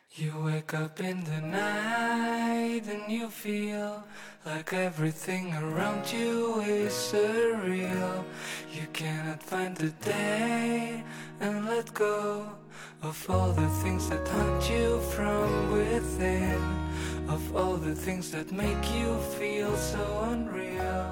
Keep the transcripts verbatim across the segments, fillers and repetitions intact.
You wake up in the night and you feel like everything around you is surreal. You cannot find the day and let go of all the things that haunt you from within, of all the things that make you feel so unreal.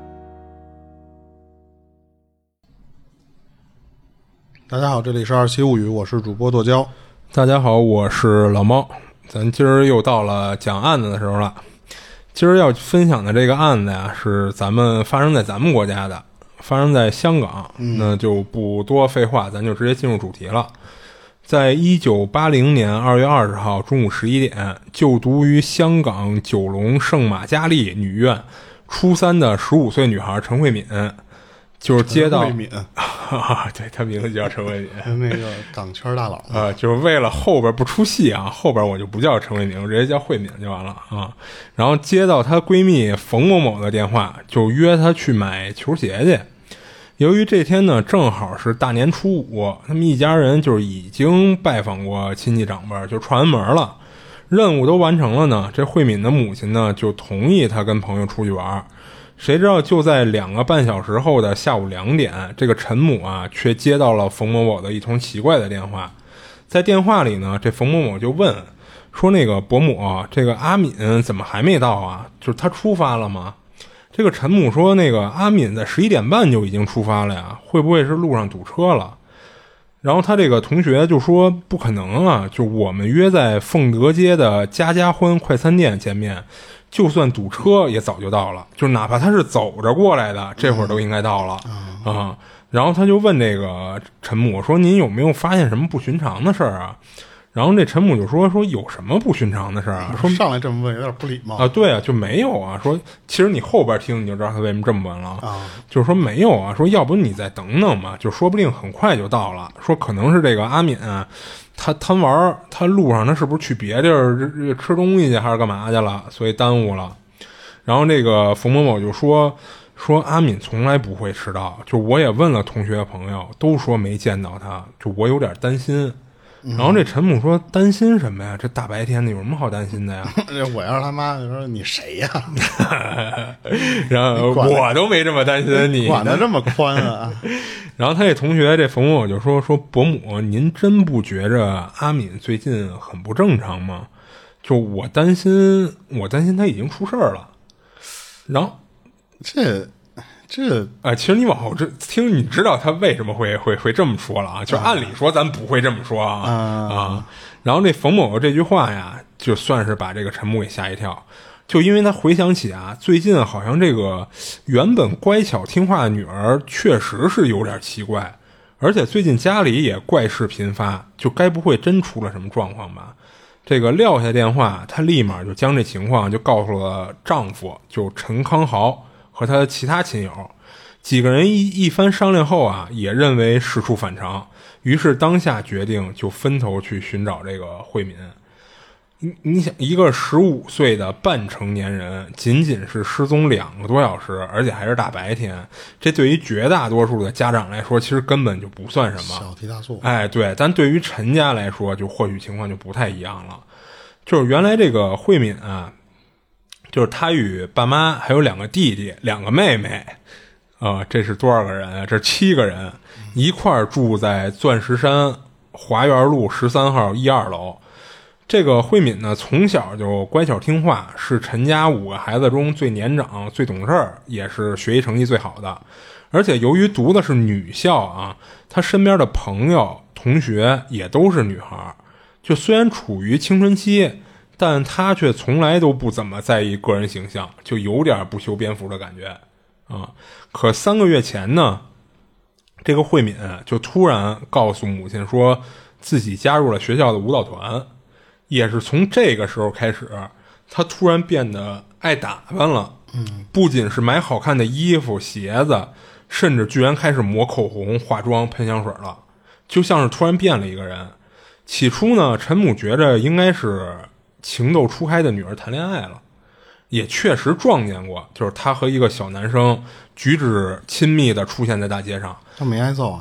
大家好，这里是二七物语，我是主播剁椒。 大家好，我是老猫。咱今儿又到了讲案子的时候了。今儿要分享的这个案子呀，是咱们发生在咱们国家的，发生在香港。嗯、那就不多废话，咱就直接进入主题了。在一九八零年二月二十号中午十一点，就读于香港九龙圣玛嘉丽女院初三的十五岁女孩陈慧敏，就是接到陈慧敏， 对，她名字叫陈慧敏， 那个港圈大佬啊、 呃，就是为了后边不出戏啊，后边我就不叫陈慧敏，我直接叫慧敏就完了啊。然后接到她闺蜜冯某某的电话，就约她去买球鞋去。由于这天呢正好是大年初五，他们一家人就是已经拜访过亲戚长辈，就串完门了，任务都完成了呢。这慧敏的母亲呢就同意她跟朋友出去玩。谁知道就在两个半小时后的下午两点，这个陈母啊却接到了冯某某的一通奇怪的电话。在电话里呢，这冯某某就问说，那个伯母，这个阿敏怎么还没到啊？就是他出发了吗？这个陈母说，那个阿敏在十一点半就已经出发了呀，会不会是路上堵车了？然后他这个同学就说，不可能啊，就我们约在凤德街的家家欢快餐店见面，就算堵车也早就到了，就哪怕他是走着过来的，这会儿都应该到了啊、嗯嗯。然后他就问这个陈母说，您有没有发现什么不寻常的事儿啊？然后这陈母就说说有什么不寻常的事儿啊？说上来这么问有点不礼貌啊。对啊，就没有啊。说其实你后边听你就知道他为什么这么问了啊。就是说没有啊，说要不你再等等嘛，就说不定很快就到了。说可能是这个阿敏啊，他贪玩，他路上他是不是去别地儿吃东西去还是干嘛去了，所以耽误了。然后这个冯某某就说说阿敏从来不会迟到，就我也问了同学朋友，都说没见到他，就我有点担心。然后这陈母说，担心什么呀？这大白天的有什么好担心的呀？ 我要是他妈就说你谁呀？ 然后我都没这么担心你， 管得这么宽啊！ 然后他这同学这冯某某就说说伯母，您真不觉着阿敏最近很不正常吗？就我担心，我担心他已经出事儿了。然后这。这啊、呃，其实你往后这听，你知道他为什么会会会这么说了啊？就按理说咱不会这么说啊啊！啊然后这冯某这句话呀，就算是把这个陈母给吓一跳，就因为他回想起啊，最近好像这个原本乖巧听话的女儿确实是有点奇怪，而且最近家里也怪事频发，就该不会真出了什么状况吧？这个撂下电话，她立马就将这情况就告诉了丈夫，就陈康豪和他的其他亲友。几个人一一番商量后啊，也认为事出反常，于是当下决定就分头去寻找这个慧敏。你你想，一个十五岁的半成年人，仅仅是失踪两个多小时，而且还是大白天，这对于绝大多数的家长来说，其实根本就不算什么， 小题大做。 哎，对，但对于陈家来说，就或许情况就不太一样了。就是原来这个慧敏啊，就是他与爸妈还有两个弟弟、两个妹妹。啊、呃，这是多少个人啊？这是七个人，一块儿住在钻石山华园路十三号一二楼。这个慧敏呢，从小就乖巧听话，是陈家五个孩子中最年长、最懂事儿，也是学习成绩最好的。而且由于读的是女校啊，她身边的朋友、同学也都是女孩。就虽然处于青春期，但她却从来都不怎么在意个人形象，就有点不修边幅的感觉。啊，可三个月前呢，这个慧敏就突然告诉母亲说自己加入了学校的舞蹈团。也是从这个时候开始，她突然变得爱打扮了。嗯，不仅是买好看的衣服鞋子，甚至居然开始抹口红化妆喷香水了，就像是突然变了一个人。起初呢，陈母觉着应该是情窦初开的女儿谈恋爱了，也确实撞见过，就是她和一个小男生举止亲密的出现在大街上。 他没挨揍啊？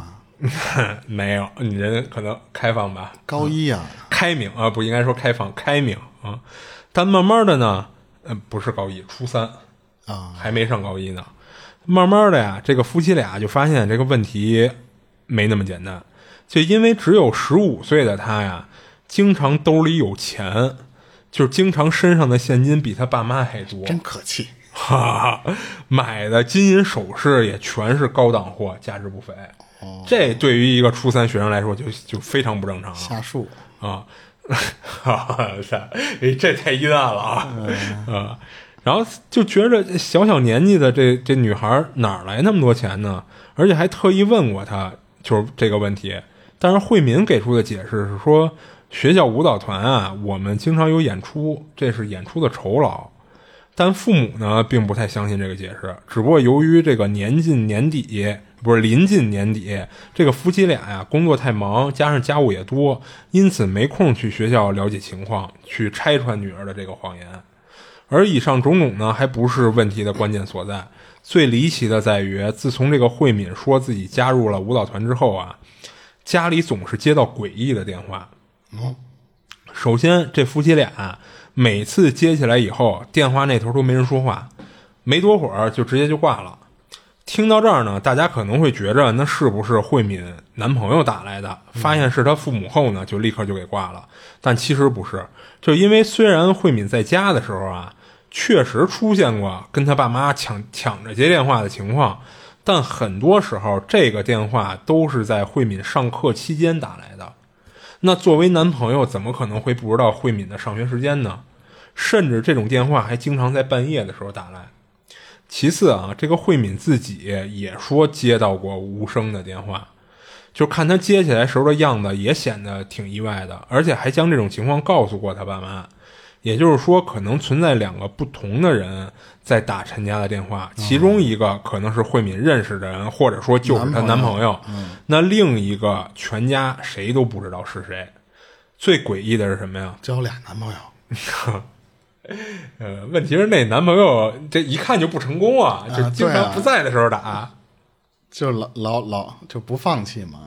没有，你人可能开放吧， 高一啊， 开明啊，不应该说开放，开明啊。但慢慢的呢，呃，不是高一，初三啊， 还没上高一呢。慢慢的呀，这个夫妻俩就发现这个问题没那么简单，就因为只有十五岁的他呀，经常兜里有钱，就是经常身上的现金比他爸妈还多， 真可气。 哈哈，买的金银首饰也全是高档货，价值不菲。哦，这对于一个初三学生来说就就非常不正常了。 瞎数啊，这太阴暗了啊！嗯、啊，然后就觉着小小年纪的这这女孩哪来那么多钱呢？而且还特意问过她，就是这个问题。但是慧敏给出的解释是说，学校舞蹈团啊，我们经常有演出，这是演出的酬劳。但父母呢，并不太相信这个解释，只不过由于这个年近年底，不是临近年底，这个夫妻俩呀工作太忙，加上家务也多，因此没空去学校了解情况，去拆穿女儿的这个谎言。而以上种种呢，还不是问题的关键所在。最离奇的在于，自从这个慧敏说自己加入了舞蹈团之后啊，家里总是接到诡异的电话。 嗯， 首先这夫妻俩每次接起来以后，电话那头都没人说话，没多会儿就直接就挂了。听到这儿呢，大家可能会觉着那是不是慧敏男朋友打来的？发现是他父母后呢，就立刻就给挂了。但其实不是，就因为虽然慧敏在家的时候啊，确实出现过跟他爸妈抢抢着接电话的情况，但很多时候这个电话都是在慧敏上课期间打来的。那作为男朋友，怎么可能会不知道慧敏的上学时间呢？甚至这种电话还经常在半夜的时候打来。其次啊，这个慧敏自己也说接到过无声的电话，就看他接起来时候的样子也显得挺意外的，而且还将这种情况告诉过他爸妈。也就是说，可能存在两个不同的人在打陈家的电话，其中一个可能是慧敏认识的人，或者说就是她男朋友， 嗯、 那另一个全家谁都不知道是谁。最诡异的是什么呀？ 交俩男朋友。 呃，问题是那男朋友这一看就不成功啊，就经常不在的时候打，啊、 就老老老就不放弃嘛。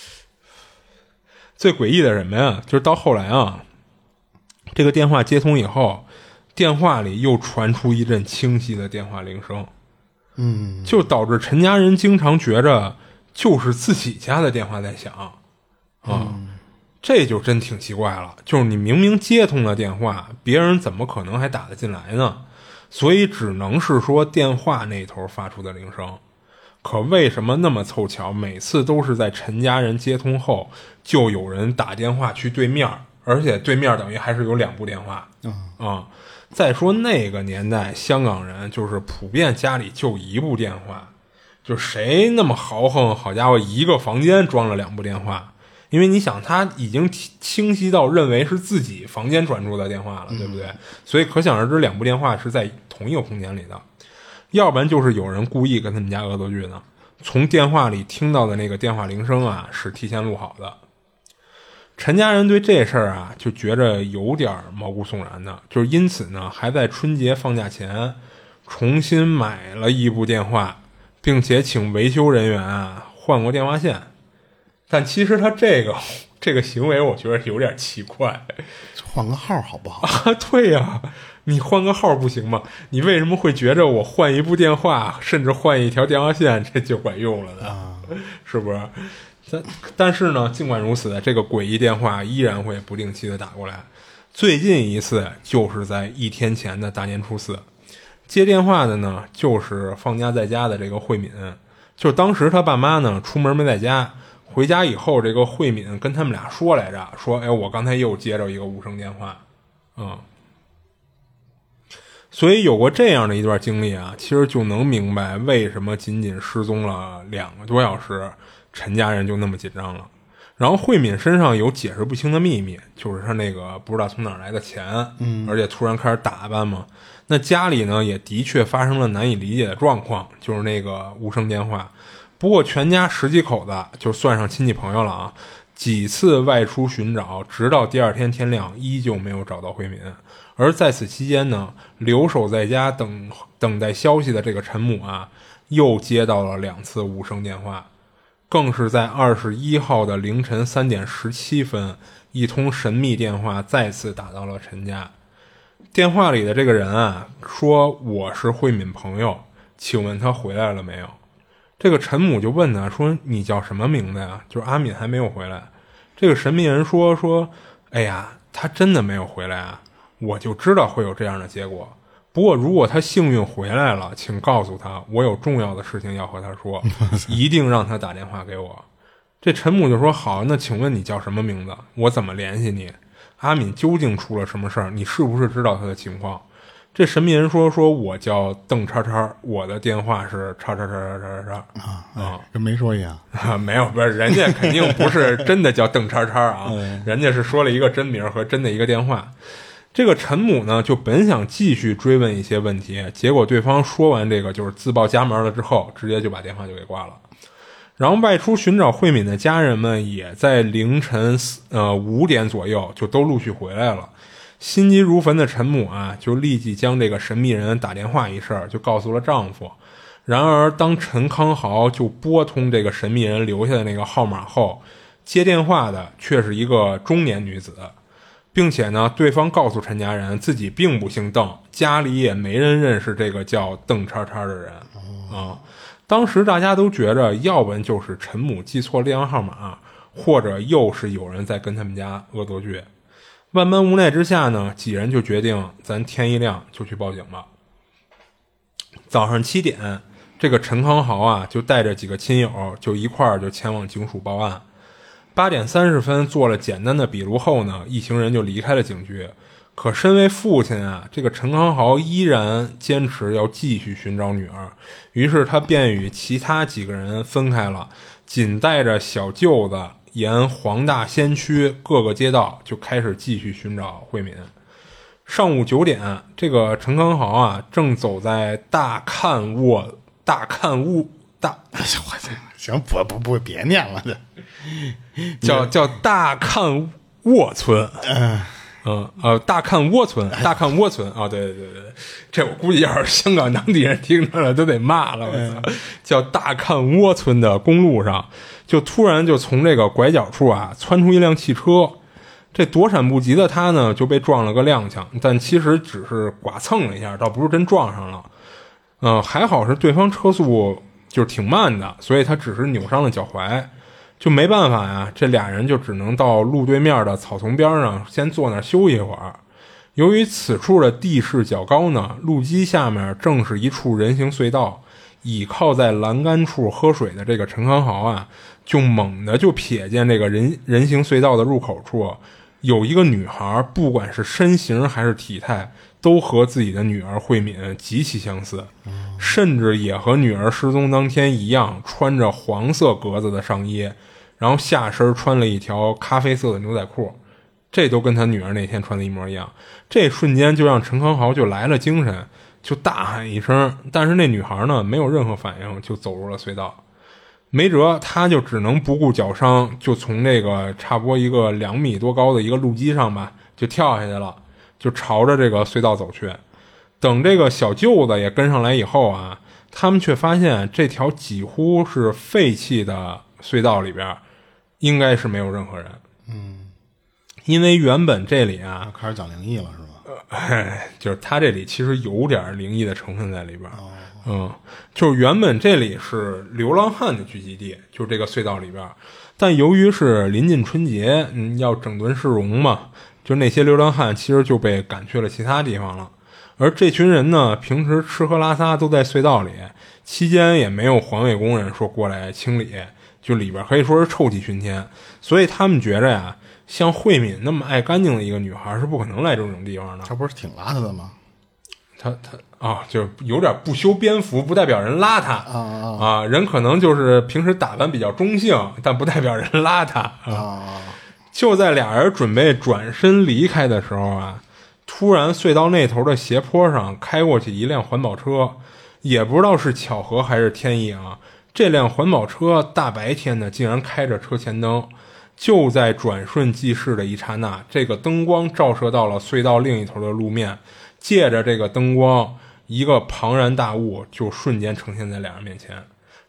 最诡异的是什么呀？就是到后来啊，这个电话接通以后，电话里又传出一阵清晰的电话铃声， 嗯， 就导致陈家人经常觉着就是自己家的电话在响啊。 嗯， 这就真挺奇怪了，就是你明明接通了电话，别人怎么可能还打得进来呢？所以只能是说电话那头发出的铃声。可为什么那么凑巧，每次都是在陈家人接通后，就有人打电话去对面，而且对面等于还是有两部电话啊、 嗯嗯。再说那个年代，香港人就是普遍家里就一部电话，就谁那么豪横，好家伙，一个房间装了两部电话。因为你想，他已经清晰到认为是自己房间转出的电话了，对不对？所以可想而知，两部电话是在同一个空间里的。要不然就是有人故意跟他们家恶作剧呢，从电话里听到的那个电话铃声啊，是提前录好的。陈家人对这事儿啊，就觉着有点毛骨悚然的，就是因此呢，还在春节放假前重新买了一部电话，并且请维修人员啊换过电话线。但其实他这个这个行为，我觉得有点奇怪。 换个号好不好啊？对呀、啊，你换个号不行吗？你为什么会觉着我换一部电话，甚至换一条电话线，这就管用了呢？ 啊、 是不是？但但是呢，尽管如此，这个诡异电话依然会不定期的打过来。最近一次就是在一天前的大年初四，接电话的呢就是放假在家的这个慧敏，就当时他爸妈呢出门没在家。回家以后，这个慧敏跟他们俩说来着，说：“哎，我刚才又接着一个无声电话，嗯。”所以有过这样的一段经历啊，其实就能明白为什么仅仅失踪了两个多小时，陈家人就那么紧张了。然后慧敏身上有解释不清的秘密，就是他那个不知道从哪儿来的钱， 嗯， 而且突然开始打扮嘛。那家里呢也的确发生了难以理解的状况，就是那个无声电话。不过全家十几口子，就算上亲戚朋友了啊，几次外出寻找，直到第二天天亮，依旧没有找到慧敏。而在此期间呢，留守在家等等待消息的这个陈母啊，又接到了两次无声电话。 更是在二十一号的凌晨三点十七分，一通神秘电话再次打到了陈家。电话里的这个人啊，说我是慧敏朋友，请问他回来了没有？这个陈母就问他说你叫什么名字呀？就是阿敏还没有回来。这个神秘人说说哎呀，他真的没有回来啊，我就知道会有这样的结果。不过如果他幸运回来了，请告诉他我有重要的事情要和他说，一定让他打电话给我。这陈母就说好，那请问你叫什么名字？我怎么联系你？阿敏究竟出了什么事儿？你是不是知道他的情况？这神秘人说说我叫邓叉叉，我的电话是叉叉叉叉叉叉啊啊，跟没说一样啊，没有，不是，人家肯定不是真的叫邓叉叉啊，人家是说了一个真名和真的一个电话。这个陈母呢，就本想继续追问一些问题，结果对方说完这个就是自报家门了之后，直接就把电话就给挂了。然后外出寻找慧敏的家人们也在凌晨呃五点左右就都陆续回来了。心急如焚的陈母啊，就立即将这个神秘人打电话一事就告诉了丈夫。然而当陈康豪就拨通这个神秘人留下的那个号码后，接电话的却是一个中年女子，并且呢，对方告诉陈家人自己并不姓邓，家里也没人认识这个叫邓叉叉的人啊。当时大家都觉着，要不然就是陈母记错电话号码，或者又是有人在跟他们家恶作剧。万般无奈之下呢，几人就决定咱天一亮就去报警吧。早上七点，这个陈康豪啊就带着几个亲友就一块儿就前往警署报案。八点三十分做了简单的笔录后呢，一行人就离开了警局。可身为父亲啊，这个陈康豪依然坚持要继续寻找女儿，于是他便与其他几个人分开了，仅带着小舅子沿黄大仙区各个街道就开始继续寻找慧敏。上午九点，这个陈康豪啊正走在大看沃大看沃大， 行，不不不，别念了，这叫叫大看沃村。 嗯。 嗯呃，大看窝村，大看窝村啊，对对对对，这我估计要是香港当地人听着了都得骂了，我操！叫大看窝村的公路上，就突然就从这个拐角处啊窜出一辆汽车，这躲闪不及的他呢就被撞了个踉跄，但其实只是剐蹭了一下，倒不是真撞上了。嗯、呃，还好是对方车速就是挺慢的，所以他只是扭伤了脚踝。就没办法呀，这俩人就只能到路对面的草丛边上先坐那儿休息一会儿。由于此处的地势较高呢，路基下面正是一处人行隧道，倚靠在栏杆处喝水的这个陈康豪啊，就猛地就瞥见这个人人行隧道的入口处有一个女孩，不管是身形还是体态，都和自己的女儿慧敏极其相似，甚至也和女儿失踪当天一样，穿着黄色格子的上衣，然后下身穿了一条咖啡色的牛仔裤，这都跟他女儿那天穿的一模一样。这瞬间就让陈康豪就来了精神，就大喊一声，但是那女孩呢没有任何反应，就走入了隧道。没辙，他就只能不顾脚伤，就从这个差不多一个两米多高的一个路基上吧，就跳下去了，就朝着这个隧道走去。等这个小舅子也跟上来以后啊，他们却发现这条几乎是废弃的隧道里边应该是没有任何人。 嗯， 因为原本这里啊开始讲灵异了是吧？ 呃，就是他这里其实有点灵异的成分在里边。 哦， 嗯，就是原本这里是流浪汉的聚集地，就是这个隧道里边，但由于是临近春节，嗯，要整顿市容嘛，就那些流浪汉其实就被赶去了其他地方了。而这群人呢，平时吃喝拉撒都在隧道里，期间也没有环卫工人说过来清理，就里边可以说是臭气熏天，所以他们觉着呀，像慧敏那么爱干净的一个女孩是不可能来这种地方的。 她不是挺邋遢的吗？ 他他啊，就有点不修边幅，不代表人邋遢啊啊啊！人可能就是平时打扮比较中性，但不代表人邋遢啊。 啊就在俩人准备转身离开的时候啊，突然隧道那头的斜坡上开过去一辆环保车，也不知道是巧合还是天意啊，这辆环保车大白天的竟然开着车前灯。就在转瞬即逝的一刹那，这个灯光照射到了隧道另一头的路面，借着这个灯光，一个庞然大物就瞬间呈现在两人面前。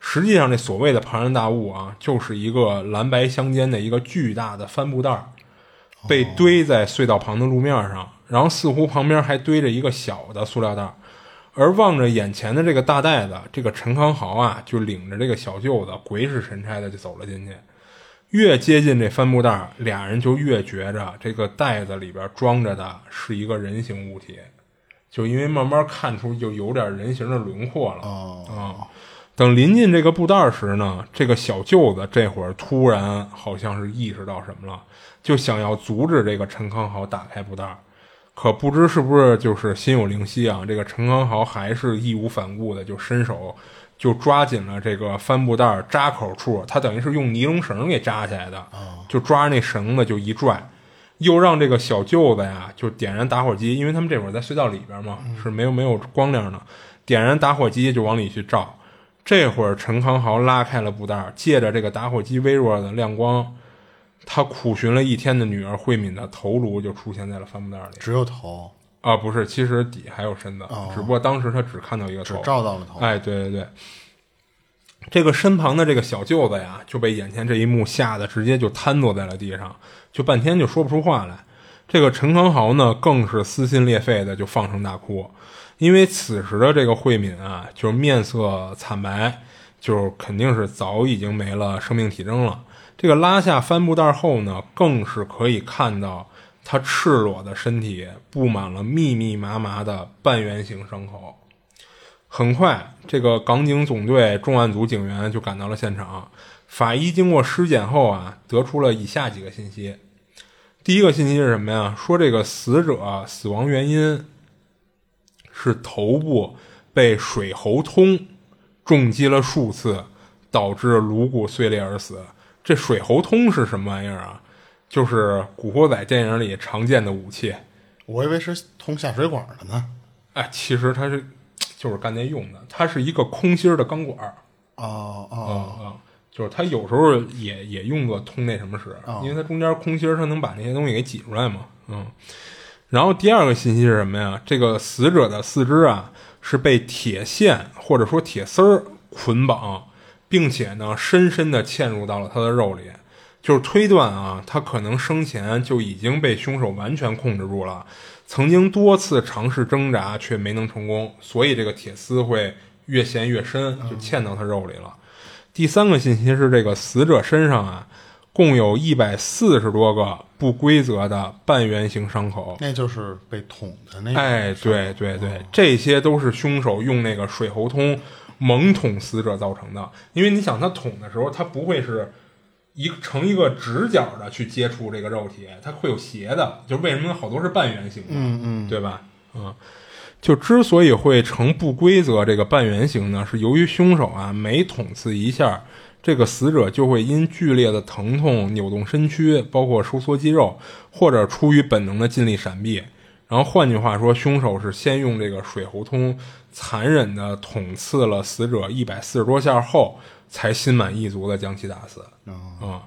实际上这所谓的庞然大物啊，就是一个蓝白相间的一个巨大的帆布袋，被堆在隧道旁的路面上，然后似乎旁边还堆着一个小的塑料袋。而望着眼前的这个大袋子，这个陈康豪啊就领着这个小舅子鬼使神差的就走了进去。越接近这帆布袋，俩人就越觉着这个袋子里边装着的是一个人形物体，就因为慢慢看出就有点人形的轮廓了啊、 哦嗯。等临近这个布袋时呢，这个小舅子这会儿突然好像是意识到什么了，就想要阻止这个陈康豪打开布袋。可不知是不是就是心有灵犀啊，这个陈康豪还是义无反顾的就伸手就抓紧了这个帆布袋扎口处，他等于是用尼龙绳给扎起来的，就抓着那绳子就一拽，又让这个小舅子呀就点燃打火机，因为他们这会儿在隧道里边嘛，是没有没有光亮的，点燃打火机就往里去照。这会儿陈康豪拉开了布袋，借着这个打火机微弱的亮光，他苦寻了一天的女儿慧敏的头颅就出现在了帆布袋里。 只有头啊，不是，其实底还有身子、哦、只不过当时他只看到一个头， 只照到了头。 哎，对对对，这个身旁的这个小舅子呀就被眼前这一幕吓得直接就瘫坐在了地上，就半天就说不出话来。这个陈康豪呢更是撕心裂肺的就放声大哭，因为此时的这个慧敏啊就是面色惨白，就是肯定是早已经没了生命体征了。这个拉下帆布袋后呢，更是可以看到他赤裸的身体布满了密密麻麻的半圆形伤口。很快，这个港警总队重案组警员就赶到了现场。法医经过尸检后啊，得出了以下几个信息。第一个信息是什么呀？说这个死者死亡原因是头部被水喉通重击了数次，导致颅骨碎裂而死。这水喉通是什么玩意儿啊？就是古惑仔电影里常见的武器。 我以为是通下水管的呢。 哎，其实它是就是干那用的，它是一个空心的钢管。 哦哦哦、嗯嗯，就是它有时候也也用作通那什么使、哦，因为它中间空心，它能把那些东西给挤出来嘛。嗯。然后第二个信息是什么呀？这个死者的四肢啊是被铁线或者说铁丝儿捆绑，并且呢深深地嵌入到了他的肉里，就是推断啊，他可能生前就已经被凶手完全控制住了，曾经多次尝试挣扎却没能成功，所以这个铁丝会越陷越深，就嵌到他肉里了。第三个信息是这个死者身上啊共有一百四十多个不规则的半圆形伤口， 那就是被捅的那个。 哎，对对对、哦，这些都是凶手用那个水喉通猛捅死者造成的。因为你想，他捅的时候，他不会是一成一个直角的去接触这个肉体，它会有斜的。就为什么好多是半圆形的， 嗯嗯， 对吧？嗯，就之所以会成不规则这个半圆形呢，是由于凶手啊每捅刺一下，这个死者就会因剧烈的疼痛扭动身躯，包括收缩肌肉，或者出于本能的尽力闪避。然后换句话说，凶手是先用这个水喉通残忍的捅刺了死者一百四十多下后，才心满意足的将其打死。啊、嗯，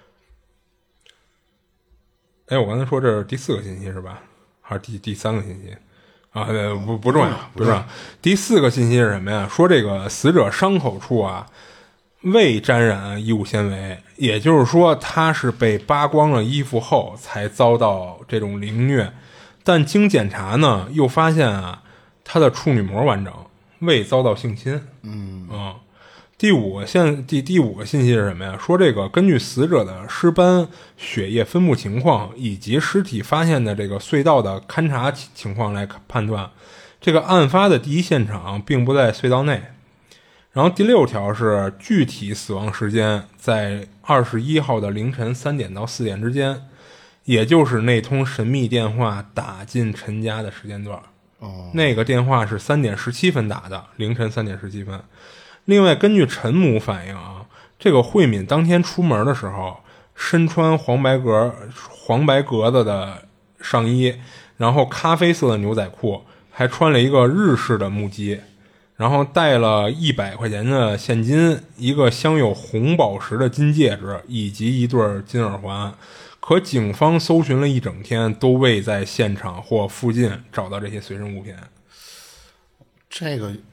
哎，我刚才说这是第四个信息是吧？还是第第三个信息？啊，不不重要，不重要。第四个信息是什么呀？说这个死者伤口处啊未沾染衣物纤维，也就是说他是被扒光了衣服后才遭到这种凌虐。但经检查呢，又发现啊，他的处女膜完整，未遭到性侵。 嗯嗯，第五个现第第五个信息是什么呀？说这个根据死者的尸斑、血液分布情况以及尸体发现的这个隧道的勘察情况来判断，这个案发的第一现场并不在隧道内。然后第六条是具体死亡时间在二十一号的凌晨三点到四点之间。也就是那通神秘电话打进陈家的时间段。 哦， 那个电话是三点十七分打的，凌晨三点十七分。另外，根据陈母反映啊，这个慧敏当天出门的时候，身穿黄白格黄白格子的上衣，然后咖啡色的牛仔裤，还穿了一个日式的木屐，然后带了一百块钱的现金，一个镶有红宝石的金戒指，以及一对金耳环。可警方搜寻了一整天，都未在现场或附近找到这些随身物品。 这个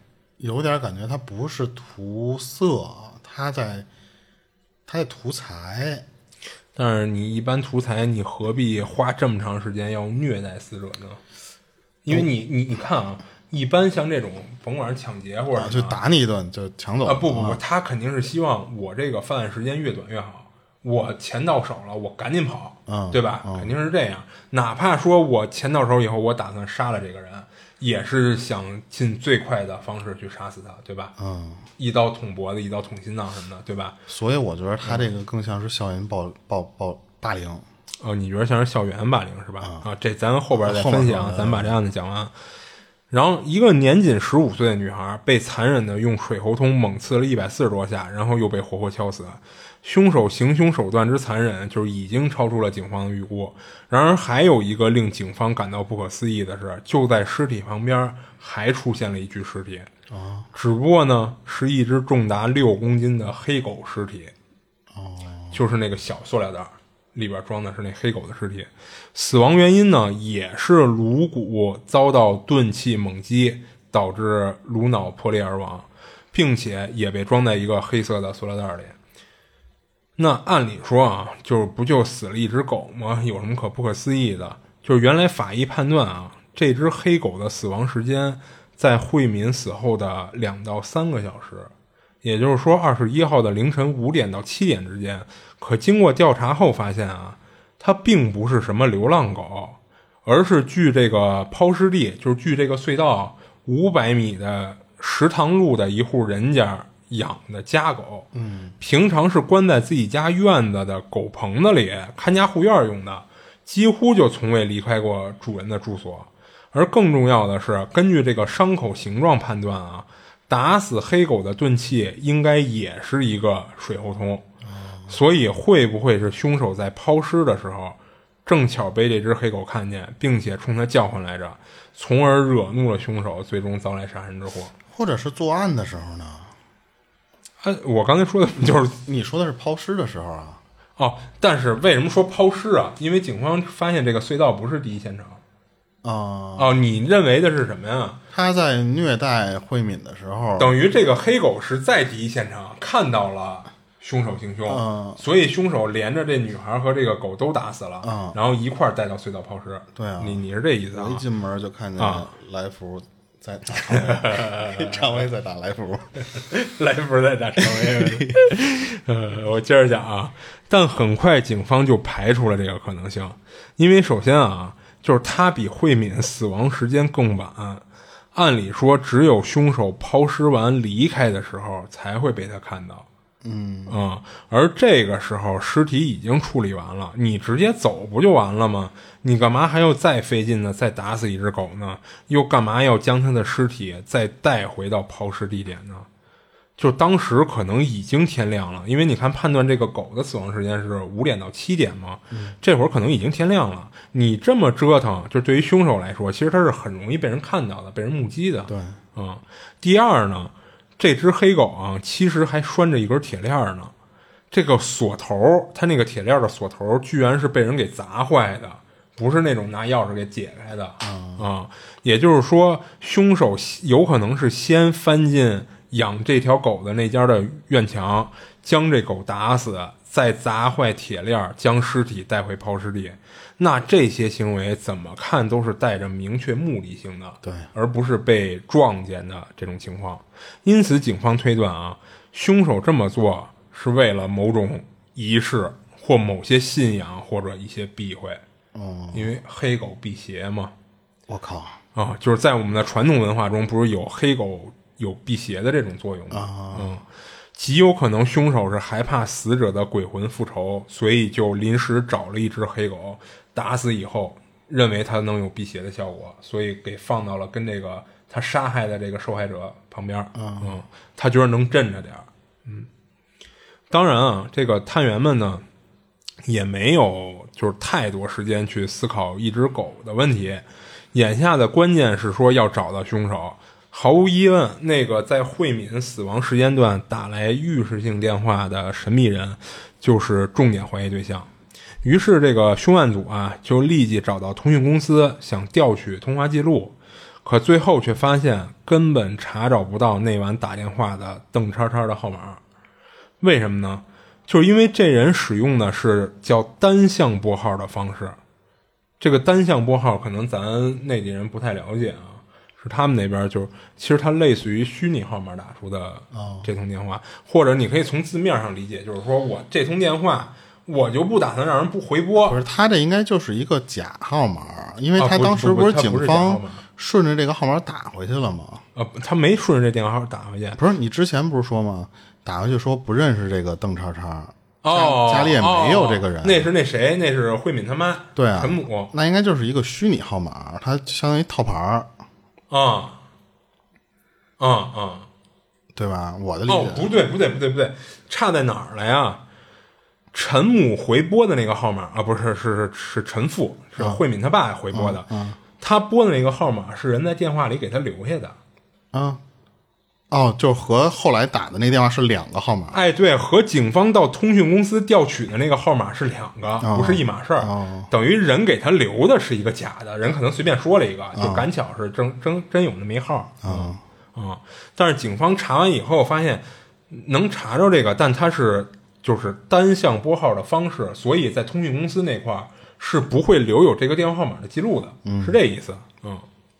有点感觉他不是图色，他在他在图财。 但是你一般图财，你何必花这么长时间要虐待死者呢？因为你你你看啊，一般像这种甭管是抢劫或者、啊、 就打你一顿就抢走啊，不不不，他肯定是希望我这个犯案时间越短越好，我钱到手了，我赶紧跑， 嗯、 对吧、 嗯？ 肯定是这样。哪怕说我钱到手以后，我打算杀了这个人，也是想尽最快的方式去杀死他，对吧？ 嗯， 一刀捅脖子，一刀捅心脏什么的，对吧？ 所以我觉得他这个更像是校园暴暴暴霸凌。 哦，你觉得像是校园霸凌是吧？ 嗯、 啊，这咱后边再分析啊，咱把这案子讲完。然后，一个年仅十五岁的女孩被残忍的用水喉通猛刺了一百四十多下，然后又被活活敲死。凶手行凶手段之残忍，就是已经超出了警方的预估。然而，还有一个令警方感到不可思议的是，就在尸体旁边还出现了一具尸体。 哦， 只不过呢，是一只重达六公斤的黑狗尸体。 哦， 就是那个小塑料袋里边装的是那黑狗的尸体。死亡原因呢，也是颅骨遭到钝器猛击，导致颅脑破裂而亡，并且也被装在一个黑色的塑料袋里。那按理说啊，就是不就死了一只狗吗？有什么可不可思议的？就是原来法医判断啊，这只黑狗的死亡时间在惠敏死后的两到三个小时，也就是说二十一号的凌晨五点到七点之间。可经过调查后发现啊，它并不是什么流浪狗，而是距这个抛尸地，就是距这个隧道五百米的石塘路的一户人家养的家狗。 嗯， 平常是关在自己家院子的狗棚子里看家护院用的，几乎就从未离开过主人的住所。而更重要的是，根据这个伤口形状判断啊，打死黑狗的钝器应该也是一个水喉通。所以会不会是凶手在抛尸的时候正巧被这只黑狗看见，并且冲他叫唤来着，从而惹怒了凶手，最终遭来杀身之祸？ 或者是作案的时候呢？ 啊，我刚才说的就是你说的是抛尸的时候啊。 哦，但是为什么说抛尸啊？因为警方发现这个隧道不是第一现场。 啊、 哦，你认为的是什么呀？ 他在虐待惠敏的时候， 等于这个黑狗是在第一现场看到了凶手行凶、 嗯、 所以凶手连着这女孩和这个狗都打死了、 嗯、 然后一块带到隧道抛尸。 对啊， 你你是这意思啊？ 我一进门就看见来福在打常威，常威在打来福， 来福在打常威。呃，我接着讲啊，但很快警方就排除了这个可能性，因为首先啊，就是他比惠敏死亡时间更晚，按理说只有凶手抛尸完离开的时候才会被他看到。 嗯嗯，而这个时候尸体已经处理完了，你直接走不就完了吗？你干嘛还要再费劲的再打死一只狗呢？又干嘛要将他的尸体再带回到抛尸地点呢？就当时可能已经天亮了，因为你看判断这个狗的死亡时间是五点到七点嘛、嗯、这会儿可能已经天亮了。你这么折腾，就对于凶手来说，其实他是很容易被人看到的，被人目击的。 对， 嗯。第二呢，这只黑狗啊，其实还拴着一根铁链呢。这个锁头，它那个铁链的锁头，居然是被人给砸坏的，不是那种拿钥匙给解开的。 嗯啊，也就是说，凶手有可能是先翻进养这条狗的那家的院墙，将这狗打死，再砸坏铁链，将尸体带回抛尸地。那这些行为怎么看都是带着明确目的性的， 对， 而不是被撞见的这种情况。因此警方推断啊，凶手这么做是为了某种仪式或某些信仰或者一些避讳。 哦、 因为黑狗辟邪嘛。 我靠啊，就是在我们的传统文化中，不是有黑狗有辟邪的这种作用吗？ 啊、 嗯，极有可能凶手是害怕死者的鬼魂复仇，所以就临时找了一只黑狗，打死以后认为它能有辟邪的效果，所以给放到了跟这个他杀害的这个受害者旁边。 嗯， 嗯，他觉得能镇着点儿。嗯，当然啊，这个探员们呢也没有就是太多时间去思考一只狗的问题。眼下的关键是说要找到凶手。毫无疑问，那个在惠敏死亡时间段打来预示性电话的神秘人就是重点怀疑对象。于是这个凶案组啊就立即找到通讯公司，想调取通话记录。 可最后却发现根本查找不到那晚打电话的邓叉叉的号码。为什么呢？就是因为这人使用的是叫单向拨号的方式。这个单向拨号可能咱内地人不太了解啊，是他们那边就是其实它类似于虚拟号码打出的这通电话、哦、或者你可以从字面上理解，就是说我这通电话我就不打算让人不回拨。 不是，他这应该就是一个假号码，因为他当时不是警方顺着这个号码打回去了吗？ 呃，他没顺着这电话号打回去。 不是，你之前不是说吗？打回去说不认识这个邓叉叉。 哦， 家里也没有这个人、哦。 那是那谁？那是慧敏他妈。 对啊， 陈母。 那应该就是一个虚拟号码，它相当于套牌儿。 啊，啊啊， 对吧？我的理解。 哦，不对，不对，不对，不对，差在哪儿了呀？陈母回拨的那个号码啊，不是，是是是陈父，是慧敏他爸回拨的。 嗯嗯、 他拨的那个号码是人在电话里给他留下的。 啊。哦，就和后来打的那个电话是两个号码。 哎，对，和警方到通讯公司调取的那个号码是两个， 哦、 不是一码事儿、 哦。 等于人给他留的是一个假的，人可能随便说了一个，就赶巧是真、哦、真真有那么一号。啊、 哦、 啊、嗯！但是警方查完以后发现能查着这个，但它是就是单向拨号的方式，所以在通讯公司那块儿是不会留有这个电话号码的记录的， 嗯、 是这意思。嗯。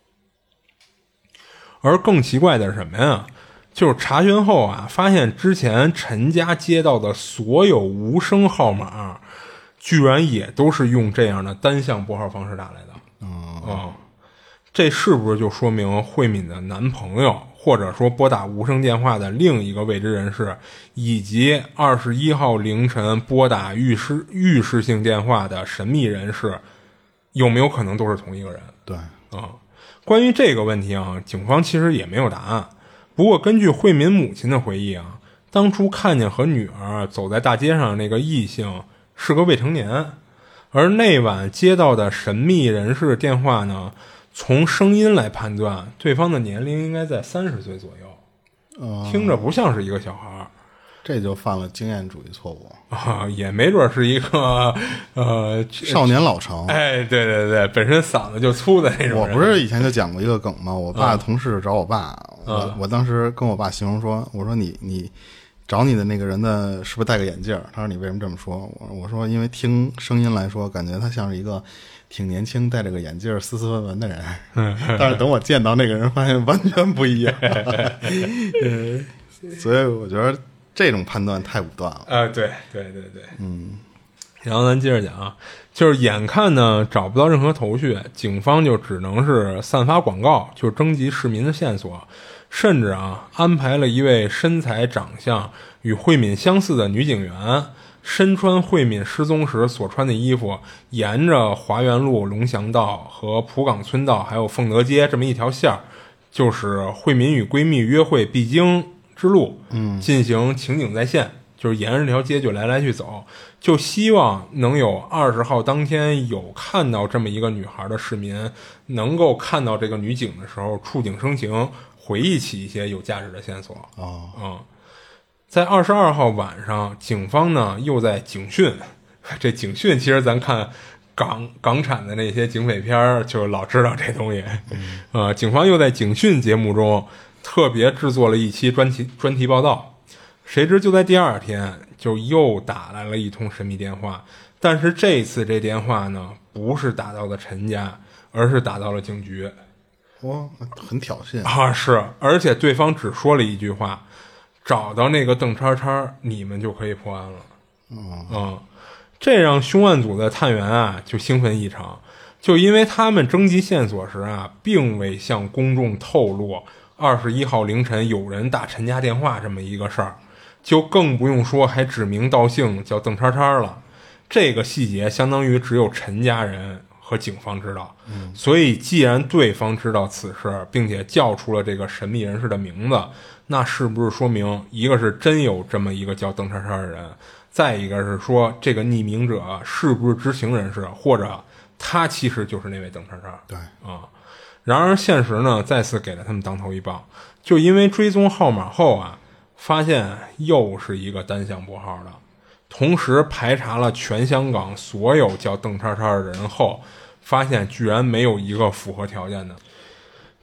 而更奇怪的是什么呀？就是查询后啊，发现之前陈家接到的所有无声号码，居然也都是用这样的单向拨号方式打来的。 嗯， 嗯，这是不是就说明慧敏的男朋友，或者说拨打无声电话的另一个未知人士，以及二十一号凌晨拨打预示预示性电话的神秘人士，有没有可能都是同一个人？ 对， 啊、嗯，关于这个问题啊，警方其实也没有答案。不过根据慧敏母亲的回忆啊，当初看见和女儿走在大街上的那个异性是个未成年，而那晚接到的神秘人士电话呢，从声音来判断对方的年龄应该在三十岁左右、 嗯、 听着不像是一个小孩。 这就犯了经验主义错误啊，也没准是一个呃少年老成。 哎，对对对，本身嗓子就粗的那种人。 我不是以前就讲过一个梗吗？我爸的同事找我爸， 嗯、 我我当时跟我爸形容说，我说你你找你的那个人的是不是戴个眼镜？他说你为什么这么说？我我说因为听声音来说，感觉他像是一个挺年轻、戴着个眼镜、斯斯文文的人。但是等我见到那个人，发现完全不一样。呃，所以我觉得。这种判断太武断了。 呃，对对对对， 嗯。 然后咱接着讲啊，就是眼看呢找不到任何头绪，警方就只能是散发广告，就征集市民的线索，甚至啊安排了一位身材长相与慧敏相似的女警员，身穿慧敏失踪时所穿的衣服，沿着华园路、龙翔道和浦港村道还有凤德街这么一条线儿，就是慧敏与闺蜜约会必经之路， 嗯， 进行情景再现，就是沿着这条街就来来去走，就希望能有二十号当天有看到这么一个女孩的市民，能够看到这个女警的时候触景生情，回忆起一些有价值的线索。 哦， 嗯，在二十二号晚上，警方呢又在警讯，这警讯其实咱看港港产的那些警匪片就老知道这东西， 嗯、 呃，警方又在警讯节目中特别制作了一期专题专题报道，谁知就在第二天就又打来了一通神秘电话，但是这次这电话呢不是打到了陈家，而是打到了警局。 哇，很挑衅啊！是，而且对方只说了一句话：找到那个邓叉叉，你们就可以破案了。 嗯嗯，这让凶案组的探员啊就兴奋异常，就因为他们征集线索时啊，并未向公众透露二十一号凌晨有人打陈家电话这么一个事儿，就更不用说还指名道姓叫邓叉叉了。这个细节相当于只有陈家人和警方知道， 嗯， 所以既然对方知道此事，并且叫出了这个神秘人士的名字，那是不是说明一个是真有这么一个叫邓叉叉的人，再一个是说这个匿名者是不是知情人士，或者他其实就是那位邓叉叉。 对啊，然而现实呢再次给了他们当头一棒，就因为追踪号码后啊，发现又是一个单向拨号的，同时排查了全香港所有叫邓叉叉的人后，发现居然没有一个符合条件的。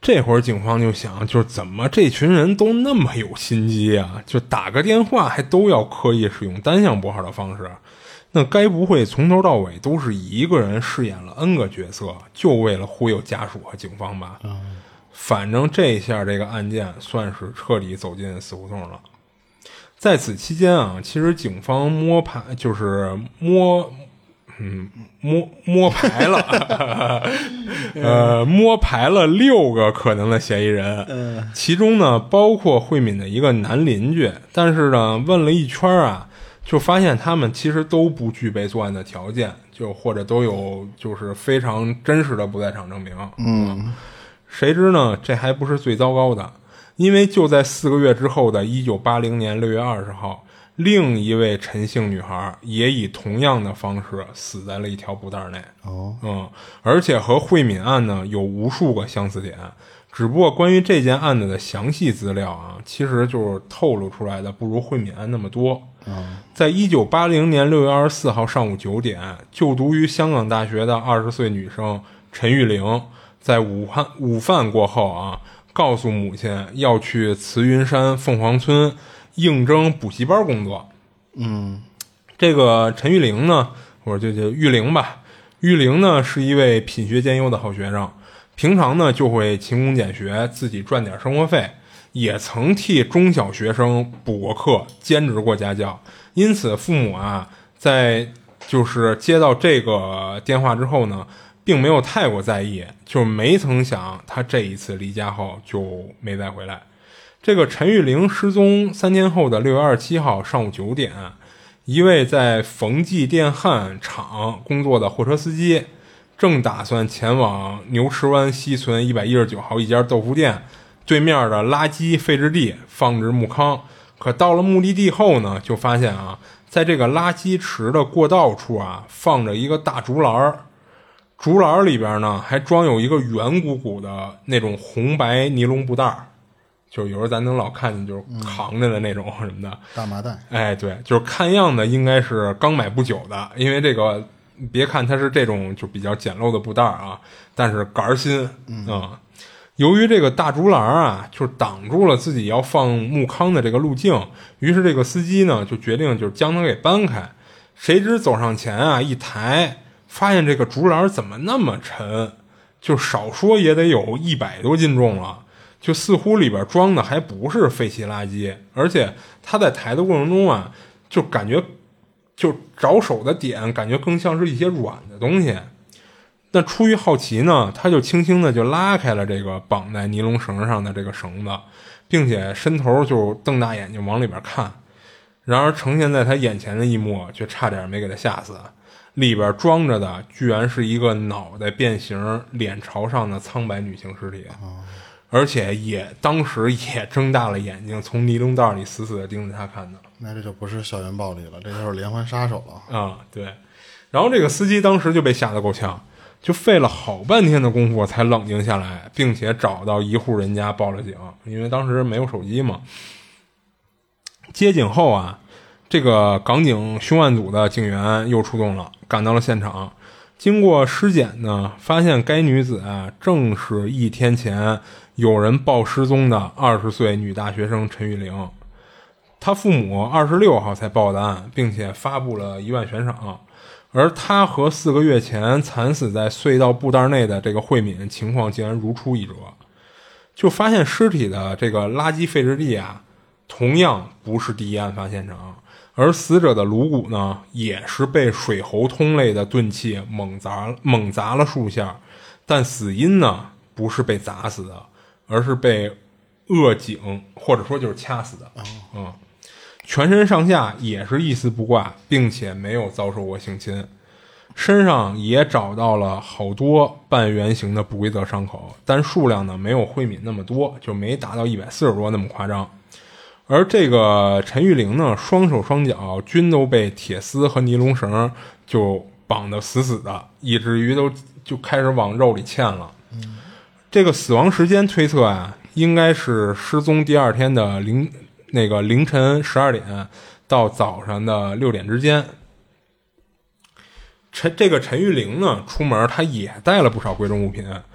这会儿警方就想，就是怎么这群人都那么有心机啊？就打个电话还都要刻意使用单向拨号的方式，那该不会从头到尾都是一个人饰演了 N 个角色，就为了忽悠家属和警方吧？嗯，反正这下这个案件算是彻底走进死胡同了。在此期间啊，其实警方摸排就是摸。嗯，摸摸排了，呃，摸排了六个可能的嫌疑人，其中呢包括慧敏的一个男邻居，但是呢问了一圈啊，就发现他们其实都不具备作案的条件，就或者都有就是非常真实的不在场证明。 嗯， 谁知呢这还不是最糟糕的，因为就在四个月之后的一九八零年六月二十号。另一位陈姓女孩也以同样的方式死在了一条布袋内。 哦， 嗯，而且和慧敏案呢有无数个相似点，只不过关于这件案子的详细资料啊，其实就是透露出来的不如慧敏案那么多。 嗯， 在一九八零年六月二十四号上午九点，就读于香港大学的二十岁女生陈玉玲，在午饭午饭过后啊，告诉母亲要去慈云山凤凰村。应征补习班工作。 嗯， 这个陈玉玲呢，或者就叫玉玲吧。玉玲呢是一位品学兼优的好学生，平常呢就会勤工俭学，自己赚点生活费，也曾替中小学生补过课，兼职过家教。因此，父母啊，在就是接到这个电话之后呢，并没有太过在意，就没曾想他这一次离家后就没再回来。这个陈玉玲失踪三天后的六月二十七号上午九点，一位在冯记电焊厂工作的货车司机，正打算前往牛池湾西村一百一十九号一家豆腐店对面的垃圾废置地放置木糠。可到了目的地后呢，就发现啊，在这个垃圾池的过道处啊，放着一个大竹篮，竹篮里边呢还装有一个圆鼓鼓的那种红白尼龙布袋，就有时候咱能老看见就是扛着的那种什么的、嗯、 大麻袋。 哎，对，就是看样子应该是刚买不久的，因为这个别看它是这种就比较简陋的布袋啊，但是杆新。嗯、呃，由于这个大竹篮啊，就是挡住了自己要放木糠的这个路径，于是这个司机呢就决定就是将它给搬开。谁知走上前啊一抬，发现这个竹篮怎么那么沉，就少说也得有一百多斤重了。就似乎里边装的还不是废弃垃圾，而且他在抬的过程中啊，就感觉就着手的点感觉更像是一些软的东西。那出于好奇呢，他就轻轻的就拉开了这个绑在尼龙绳上的这个绳子，并且伸头就瞪大眼睛往里边看。然而呈现在他眼前的一幕却差点没给他吓死，里边装着的居然是一个脑袋变形、脸朝上的苍白女性尸体。哦，而且也当时也睁大了眼睛，从尼龙袋里死死的盯着他看的。 那这就不是校园暴力了，这就是连环杀手了啊、嗯！对。然后这个司机当时就被吓得够呛，就费了好半天的功夫才冷静下来，并且找到一户人家报了警，因为当时没有手机嘛。接警后啊，这个港警凶案组的警员又出动了，赶到了现场。经过尸检呢，发现该女子啊，正是一天前有人报失踪的二十岁女大学生陈玉玲。她父母二十六号才报的案，并且发布了一万悬赏。而她和四个月前惨死在隧道布袋内的这个慧敏情况竟然如出一辙。就发现尸体的这个垃圾废置地啊，同样不是第一案发现场。而死者的颅骨呢，也是被水喉通类的钝器猛砸猛砸了数下，但死因呢不是被砸死的，而是被扼颈或者说就是掐死的。嗯，全身上下也是一丝不挂，并且没有遭受过性侵，身上也找到了好多半圆形的不规则伤口，但数量呢没有慧敏那么多，就没达到一百四十多那么夸张。而这个陈玉玲呢，双手双脚均都被铁丝和尼龙绳就绑得死死的，以至于都就开始往肉里嵌了。嗯、这个死亡时间推测啊，应该是失踪第二天的凌那个凌晨十二点到早上的六点之间。陈这个陈玉玲呢，出门她也带了不少贵重物品，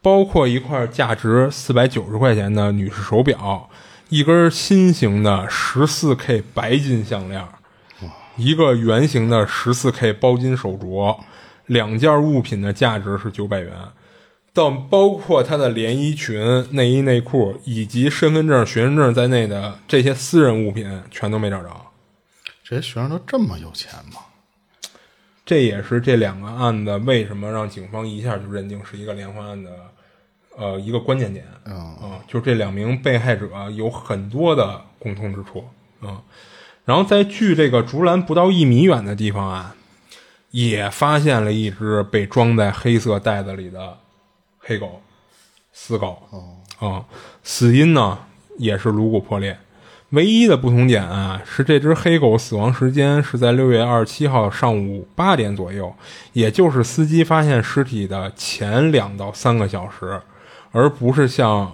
包括一块价值四百九十块钱的女士手表，一根新型的 十四K 白金项链，一个圆形的 十四K 包金手镯，两件物品的价值是九百元。到包括他的连衣裙、内衣内裤以及身份证、学生证在内的这些私人物品全都没找着。 这些学生都这么有钱吗？ 这也是这两个案子为什么让警方一下就认定是一个连环案的呃一个关键点。嗯、呃，就这两名被害者有很多的共通之处。嗯、呃，然后在距这个竹篮不到一米远的地方啊，也发现了一只被装在黑色袋子里的黑狗，死狗。哦，啊，死因呢也是颅骨破裂。唯一的不同点啊，是这只黑狗死亡时间是在六月二十七号上午八点左右，也就是司机发现尸体的前两到三个小时，而不是像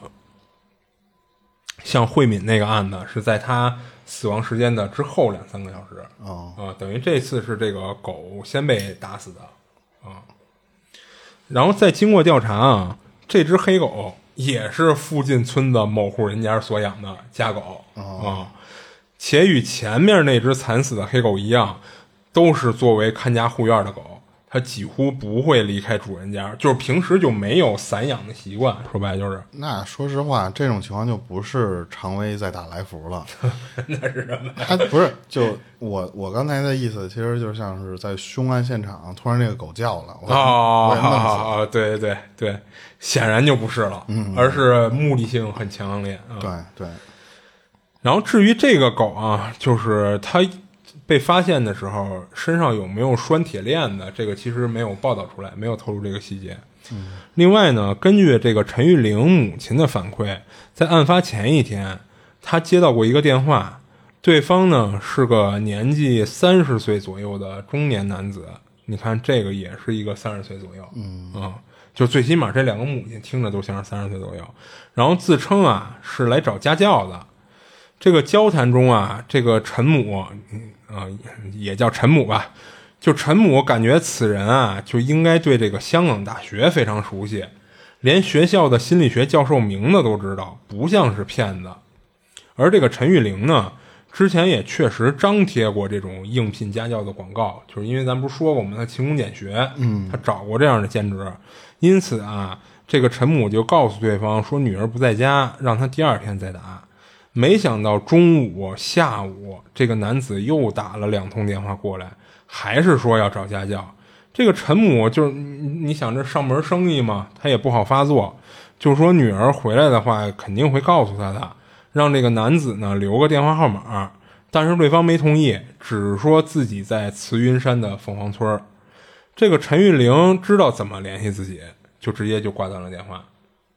像慧敏那个案子是在他死亡时间的之后两三个小时。哦，啊，等于这次是这个狗先被打死的啊。然后再经过调查啊，这只黑狗也是附近村的某户人家所养的家狗啊、哦嗯，且与前面那只惨死的黑狗一样，都是作为看家护院的狗，它几乎不会离开主人家，就是平时就没有散养的习惯。说白就是， 那说实话，这种情况就不是常威在打来福了。 那是什么？ 他不是就我我刚才的意思，其实就像是在凶案现场，突然这个狗叫了，我哦哦，对对对对，显然就不是了，嗯，而是目的性很强烈。嗯、 对对。 然后至于这个狗啊，就是它被发现的时候身上有没有拴铁链的，这个其实没有报道出来，没有透露这个细节。嗯、另外呢，根据这个陈玉玲母亲的反馈，在案发前一天，她接到过一个电话，对方呢是个年纪三十岁左右的中年男子。你看这个也是一个三十岁左右，嗯啊，就最起码这两个母亲听着都像是三十岁左右。然后自称啊是来找家教的。这个交谈中啊，这个陈母，嗯、呃，也叫陈母吧，就陈母感觉此人啊就应该对这个香港大学非常熟悉，连学校的心理学教授名字都知道，不像是骗子。而这个陈玉玲呢，之前也确实张贴过这种应聘家教的广告，就是因为咱不是说过我们的勤工俭学，嗯，他找过这样的兼职，因此啊，这个陈母就告诉对方说女儿不在家，让他第二天再打。没想到中午下午这个男子又打了两通电话过来，还是说要找家教。这个陈母就是你想这上门生意嘛，他也不好发作，就说女儿回来的话肯定会告诉他的，让这个男子呢留个电话号码，但是对方没同意，只说自己在慈云山的凤凰村。这个陈玉玲知道怎么联系自己，就直接就挂断了电话。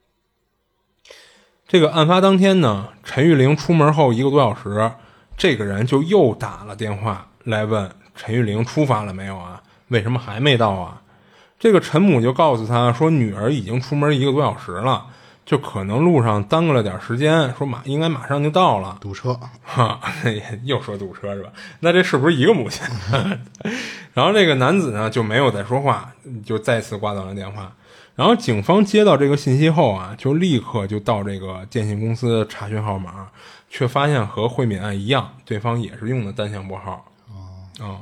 这个案发当天呢，陈玉玲出门后一个多小时，这个人就又打了电话来问陈玉玲出发了没有啊？为什么还没到啊？这个陈母就告诉他说，女儿已经出门一个多小时了，就可能路上耽搁了点时间，说马应该马上就到了。 堵车， 哈，又说堵车是吧？那这是不是一个母亲？然后这个男子呢就没有再说话，就再次挂断了电话。然后警方接到这个信息后啊，就立刻就到这个电信公司查询号码，却发现和慧敏案一样，对方也是用的单向拨号。哦，嗯，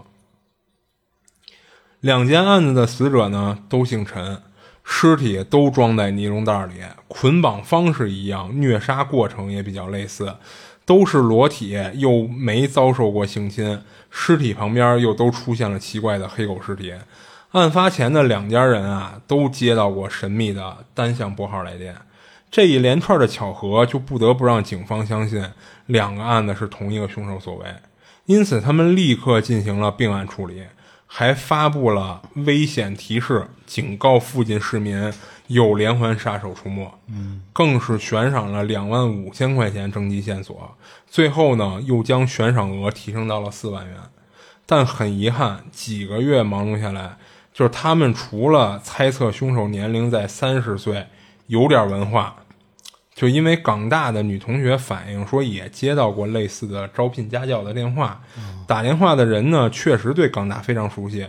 两件案子的死者呢都姓陈，尸体都装在尼龙袋里，捆绑方式一样，虐杀过程也比较类似，都是裸体，又没遭受过性侵，尸体旁边又都出现了奇怪的黑狗尸体。案发前的两家人啊，都接到过神秘的单向拨号来电，这一连串的巧合就不得不让警方相信两个案子是同一个凶手所为，因此他们立刻进行了并案处理，还发布了危险提示，警告附近市民有连环杀手出没，嗯，更是悬赏了两万五千块钱征集线索，最后呢，又将悬赏额提升到了四万元。但很遗憾，几个月忙碌下来，就是他们除了猜测凶手年龄在三十岁，有点文化，就因为港大的女同学反映说也接到过类似的招聘家教的电话，打电话的人呢确实对港大非常熟悉，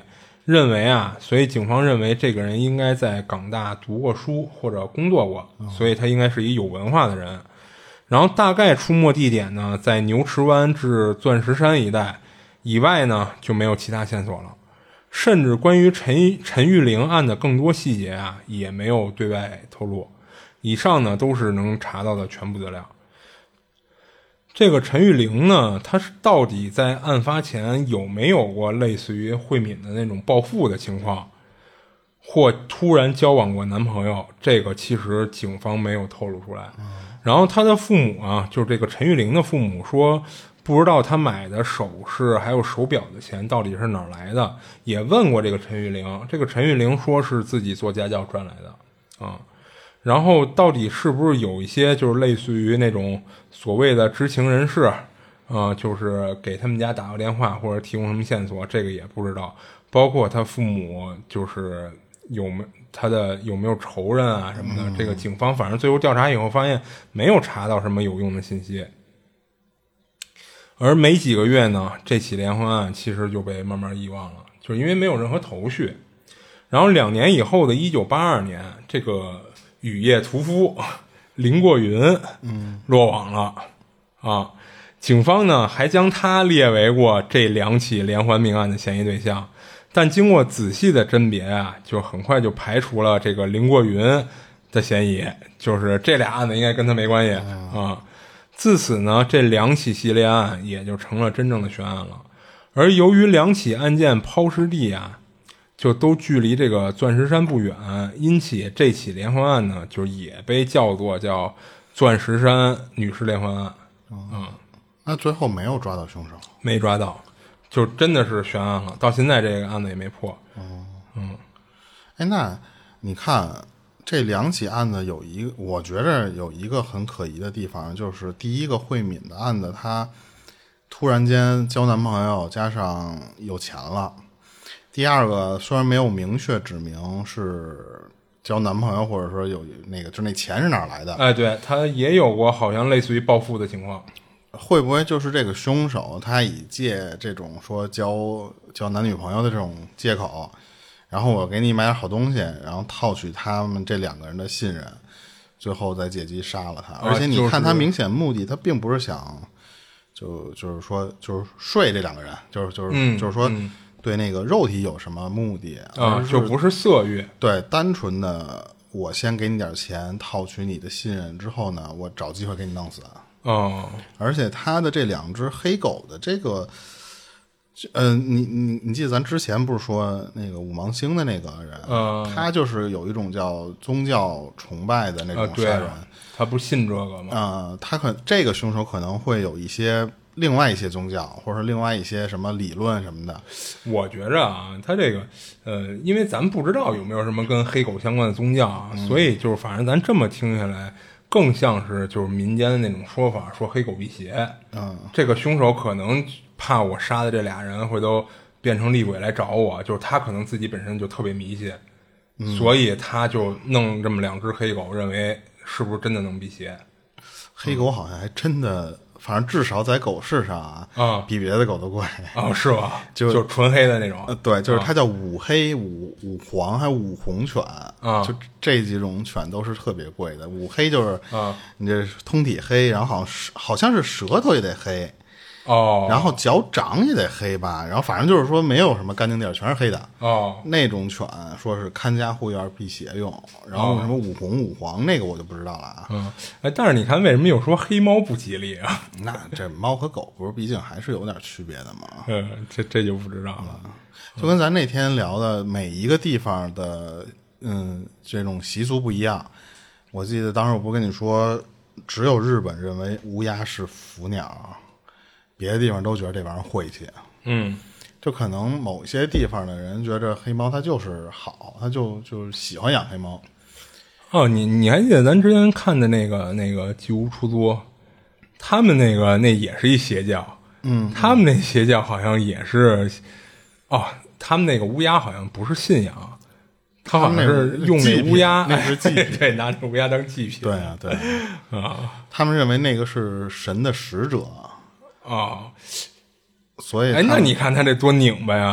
认为啊，所以警方认为这个人应该在港大读过书或者工作过，所以他应该是一有文化的人。然后大概出没地点呢，在牛池湾至钻石山一带，以外呢就没有其他线索了。甚至关于陈陈玉玲案的更多细节啊，也没有对外透露。以上呢都是能查到的全部资料。这个陈玉玲呢，她是到底在案发前有没有过类似于慧敏的那种报复的情况，或突然交往过男朋友，这个其实警方没有透露出来。嗯、然后她的父母啊，就是这个陈玉玲的父母说，不知道她买的首饰还有手表的钱到底是哪儿来的，也问过这个陈玉玲，这个陈玉玲说是自己做家教赚来的啊。然后到底是不是有一些就是类似于那种所谓的知情人士，呃，就是给他们家打个电话或者提供什么线索，这个也不知道。包括他父母就是有没他的有没有仇人啊什么的，嗯、这个警方反正最后调查以后发现没有查到什么有用的信息。而没几个月呢，这起连环案其实就被慢慢遗忘了，就是因为没有任何头绪。然后两年以后的一九八二年，这个雨夜屠夫林过云嗯落网了啊，警方呢还将他列为过这两起连环命案的嫌疑对象，但经过仔细的甄别啊，就很快就排除了这个林过云的嫌疑，就是这俩案子应该跟他没关系啊。自此呢，这两起系列案也就成了真正的悬案了。而由于两起案件抛尸地啊就都距离这个钻石山不远，因此这起连环案呢，就也被叫做叫钻石山女尸连环案。 嗯，嗯那最后没有抓到凶手？ 没抓到，就真的是悬案了。到现在这个案子也没破。 嗯嗯， 哎，那你看这两起案子有一个，我觉着有一个很可疑的地方，就是第一个慧敏的案子，她突然间交男朋友，加上有钱了。第二个虽然没有明确指明是交男朋友，或者说有那个就那钱是哪儿来的， 哎，对，他也有过好像类似于报复的情况。 会不会就是这个凶手他以借这种说交交男女朋友的这种借口，然后我给你买点好东西，然后套取他们这两个人的信任，最后再借机杀了他。而且你看他明显目的，他并不是想就就是说就是睡这两个人，就是就是、 嗯、 就是说、 嗯、 对那个肉体有什么目的啊？就不是色欲， 对，单纯的我先给你点钱套取你的信任之后呢，我找机会给你弄死。 哦， 而且他的这两只黑狗的这个，嗯、呃，你你你记得咱之前不是说那个五芒星的那个人， 嗯， 他就是有一种叫宗教崇拜的那种杀人， 啊、他不信这个吗？ 啊、呃，他可这个凶手可能会有一些另外一些宗教，或者说另外一些什么理论什么的。 我觉着啊，他这个呃，因为咱们不知道有没有什么跟黑狗相关的宗教啊，嗯、所以就是反正咱这么听下来。更像是就是民间的那种说法，说黑狗辟邪。 嗯， 这个凶手可能怕我杀的这俩人回头变成厉鬼来找我，就是他可能自己本身就特别迷信，嗯、所以他就弄这么两只黑狗，认为是不是真的能辟邪？ 黑狗好像还真的，反正至少在狗市上啊， 啊、 比别的狗都贵啊、哦，是吧？ 就就纯黑的那种。 呃，对，就是它叫五黑、五五黄还五红犬啊， 就这几种犬都是特别贵的。五黑就是啊， 你这通体黑，然后好像是好像是舌头也得黑哦， 然后脚掌也得黑吧，然后反正就是说没有什么干净地儿，全是黑的哦。 那种犬说是看家护院辟邪用，然后什么五红五黄那个我就不知道了啊。 嗯，哎，但是你看为什么又说黑猫不吉利啊？ 那这猫和狗不是毕竟还是有点区别的吗？ 嗯，这这就不知道了。 就跟咱那天聊的每一个地方的嗯这种习俗不一样。我记得当时我不跟你说，只有日本认为乌鸦是福鸟，别的地方都觉得这玩意儿晦气。 嗯， 就可能某些地方的人觉着黑猫它就是好，他就就喜欢养黑猫。 哦，你你还记得咱之前看的那个那个吉屋出租，他们那个那也是一邪教， 嗯， 他们那邪教好像也是，哦，他们那个乌鸦好像不是信仰，他好像是用那乌鸦， 那是祭品， 对，拿着乌鸦当祭品。 对啊，对啊， 他们认为那个是神的使者啊， 所以哎，那你看他这多拧巴呀！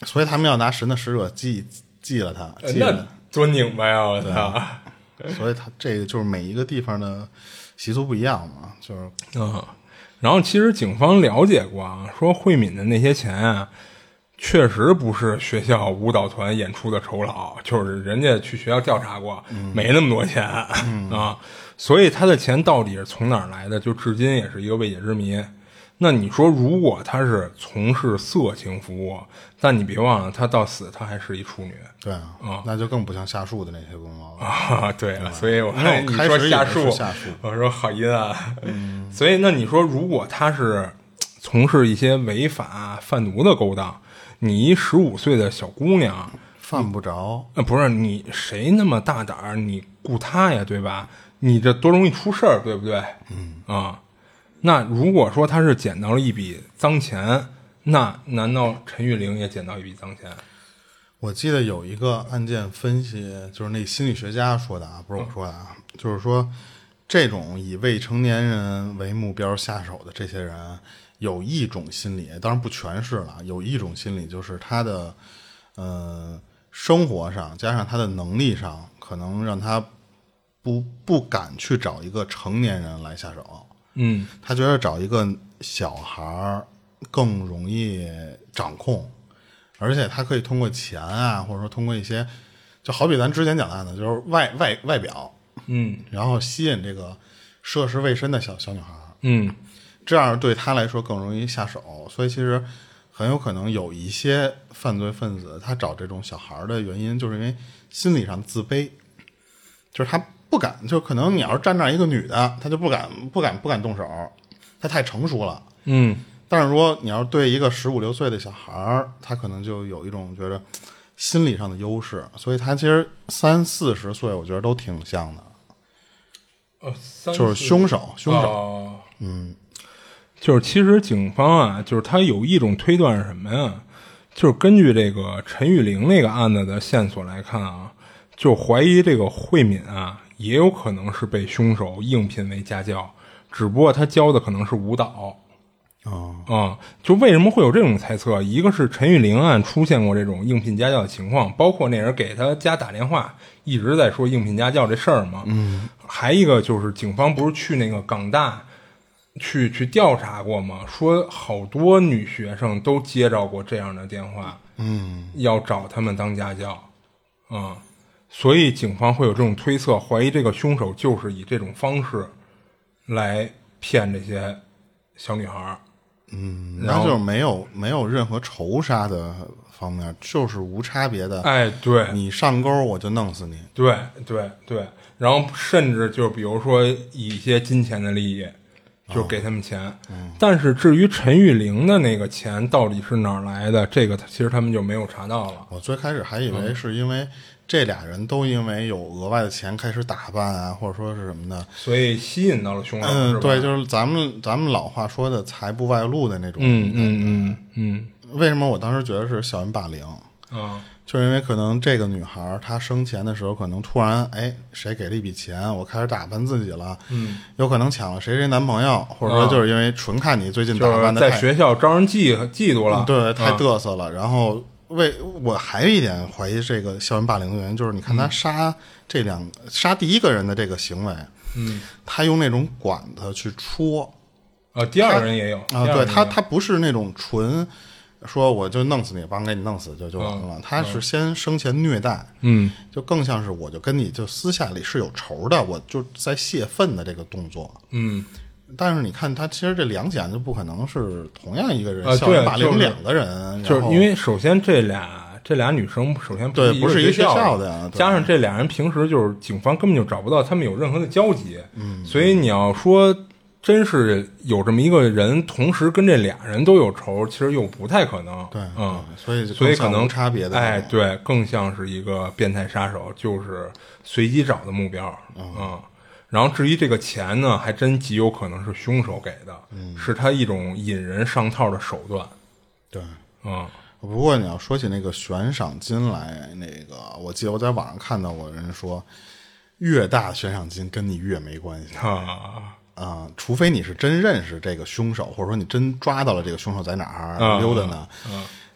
所以他们要拿神的使者祭祭了他，祭了那多拧巴呀！我操！ 所以他这个就是每一个地方的习俗不一样嘛，就是嗯。然后其实警方了解过啊，说惠敏的那些钱啊，确实不是学校舞蹈团演出的酬劳，就是人家去学校调查过，嗯、没那么多钱、嗯、啊。所以他的钱到底是从哪儿来的，就至今也是一个未解之谜。那你说，如果他是从事色情服务，但你别忘了，他到死他还是一处女。 对啊，嗯、那就更不像下树的那些功劳了啊。对啊，所以我看你说下树， 下树我说好阴啊。嗯、所以那你说，如果他是从事一些违法贩毒的勾当，你一十五岁的小姑娘犯不着。 呃，不是你谁那么大胆儿，你雇他呀，对吧？你这多容易出事儿，对不对？嗯啊，那如果说他是捡到了一笔脏钱，那难道陈玉玲也捡到一笔脏钱？ 我记得有一个案件分析，就是那心理学家说的啊，不是我说的啊，嗯、就是说这种以未成年人为目标下手的这些人，有一种心理，当然不全是了，有一种心理就是他的呃生活上加上他的能力上，可能让他不不敢去找一个成年人来下手。 嗯， 他觉得找一个小孩更容易掌控，而且他可以通过钱啊，或者说通过一些，就好比咱之前讲的案子，就是外外外表， 嗯， 然后吸引这个涉世未深的小小女孩， 嗯， 这样对他来说更容易下手。所以其实很有可能有一些犯罪分子，他找这种小孩的原因，就是因为心理上自卑，就是他不敢，就可能你要是站那一个女的，他就不敢不敢不敢动手，他太成熟了。 嗯， 但是如果你要是对一个十五六岁的小孩，他可能就有一种觉得心理上的优势，所以他其实三四十岁，我觉得都挺像的。 哦， 就是凶手，凶手， 哦、 嗯， 就是其实警方啊，就是他有一种推断是什么呀？就是根据这个陈玉玲那个案子的线索来看啊，就怀疑这个慧敏啊，也有可能是被凶手应聘为家教，只不过他教的可能是舞蹈。 哦， 啊、嗯，就为什么会有这种猜测？一个是陈玉玲案出现过这种应聘家教的情况，包括那人给他家打电话，一直在说应聘家教这事儿嘛。 嗯， 还一个就是警方不是去那个港大去去调查过吗？说好多女学生都接到过这样的电话， 嗯， 要找他们当家教，嗯，所以警方会有这种推测，怀疑这个凶手就是以这种方式来骗这些小女孩。 嗯，然后就是没有没有任何仇杀的方面，就是无差别的。 哎，对， 你上钩我就弄死你。 对对对，然后甚至就比如说以一些金钱的利益，就给他们钱。哦嗯、但是至于陈玉玲的那个钱到底是哪儿来的，这个其实他们就没有查到了。 我最开始还以为是因为这俩人都因为有额外的钱开始打扮啊，或者说是什么的， 所以吸引到了凶手。 嗯， 是吧？ 对，就是咱们咱们老话说的财不外露的那种。 嗯嗯嗯嗯。 为什么我当时觉得是校园霸凌？ 啊， 就是因为可能这个女孩她生前的时候，可能突然哎谁给了一笔钱，我开始打扮自己了， 嗯， 有可能抢了谁谁男朋友，或者说就是因为纯看你最近打扮的、 就是、在学校招人嫉嫉妒了， 对，太嘚瑟了，嗯、然后。为我还有一点怀疑这个校园霸凌的原因，就是你看他杀这两、嗯、杀第一个人的这个行为， 嗯， 他用那种管子去戳， 啊，第二个人也有啊，对他他不是那种纯说我就弄死你，帮给你弄死就就完了，嗯、他是先生前虐待， 嗯， 就更像是我就跟你就私下里是有仇的，我就在泄愤的这个动作， 嗯。 但是你看他其实这两起案就不可能是同样一个人， 啊、 校园霸凌两个人， 就是因为首先这俩这俩女生首先对不是一个学校的呀， 加上这俩人平时就是警方根本就找不到他们有任何的交集，嗯，所以你要说真是有这么一个人同时跟这俩人都有仇，其实又不太可能， 对， 嗯， 所以所以可能差别的， 哎，对，更像是一个变态杀手，就是随机找的目标，嗯。嗯然后至于这个钱呢，还真极有可能是凶手给的，嗯、是他一种引人上套的手段。 对， 嗯。 不过你要说起那个悬赏金来，那个我记得我在网上看到过人说，越大悬赏金跟你越没关系啊啊、呃，除非你是真认识这个凶手，或者说你真抓到了这个凶手在哪儿溜达呢。 嗯。嗯